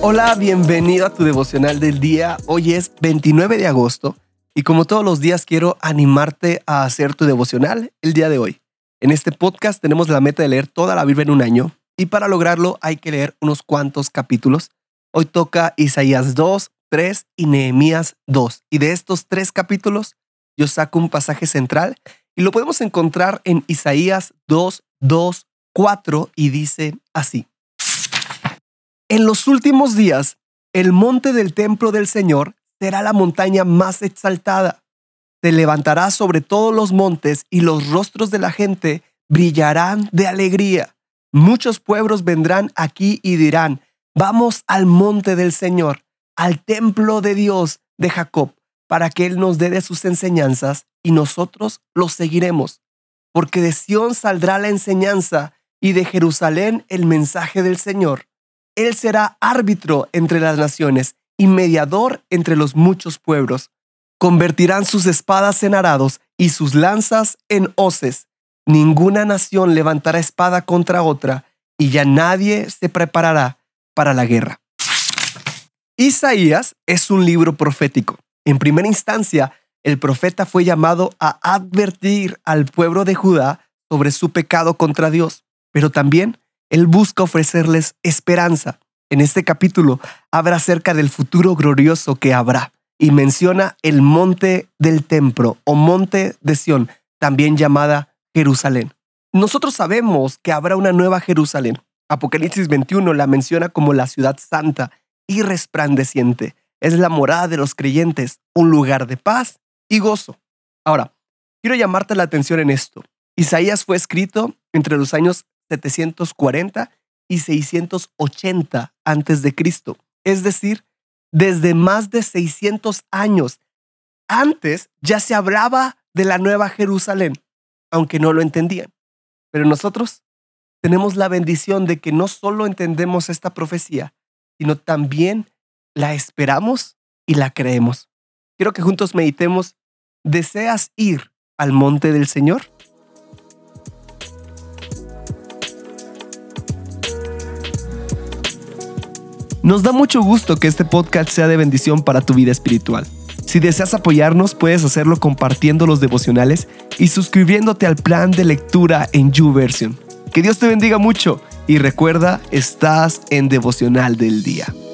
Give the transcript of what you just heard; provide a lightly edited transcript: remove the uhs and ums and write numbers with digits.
Hola, bienvenido a tu devocional del día. Hoy es 29 de agosto y como todos los días quiero animarte a hacer tu devocional el día de hoy. En este podcast tenemos la meta de leer toda la Biblia en un año y para lograrlo hay que leer unos cuantos capítulos. Hoy toca Isaías 2, 3 y Nehemías 2. Y de estos 3 capítulos yo saco un pasaje central y lo podemos encontrar en Isaías 2, 2, 4 y dice así. En los últimos días, el monte del templo del Señor será la montaña más exaltada. Se levantará sobre todos los montes y los rostros de la gente brillarán de alegría. Muchos pueblos vendrán aquí y dirán, vamos al monte del Señor, al templo de Dios de Jacob, para que Él nos dé de sus enseñanzas y nosotros los seguiremos. Porque de Sión saldrá la enseñanza y de Jerusalén el mensaje del Señor. Él será árbitro entre las naciones y mediador entre los muchos pueblos. Convertirán sus espadas en arados y sus lanzas en hoces. Ninguna nación levantará espada contra otra y ya nadie se preparará para la guerra. Isaías es un libro profético. En primera instancia, el profeta fue llamado a advertir al pueblo de Judá sobre su pecado contra Dios, pero también Él busca ofrecerles esperanza. En este capítulo habla acerca del futuro glorioso que habrá y menciona el monte del templo o monte de Sión, también llamada Jerusalén. Nosotros sabemos que habrá una nueva Jerusalén. Apocalipsis 21 la menciona como la ciudad santa y resplandeciente. Es la morada de los creyentes, un lugar de paz y gozo. Ahora, quiero llamarte la atención en esto. Isaías fue escrito entre los años 740 y 680 antes de Cristo. Es decir, desde más de 600 años antes ya se hablaba de la nueva Jerusalén, aunque no lo entendían. Pero nosotros tenemos la bendición de que no solo entendemos esta profecía, sino también la esperamos y la creemos. Quiero que juntos meditemos. ¿Deseas ir al monte del Señor? Nos da mucho gusto que este podcast sea de bendición para tu vida espiritual. Si deseas apoyarnos, puedes hacerlo compartiendo los devocionales y suscribiéndote al plan de lectura en YouVersion. Que Dios te bendiga mucho y recuerda, estás en Devocional del Día.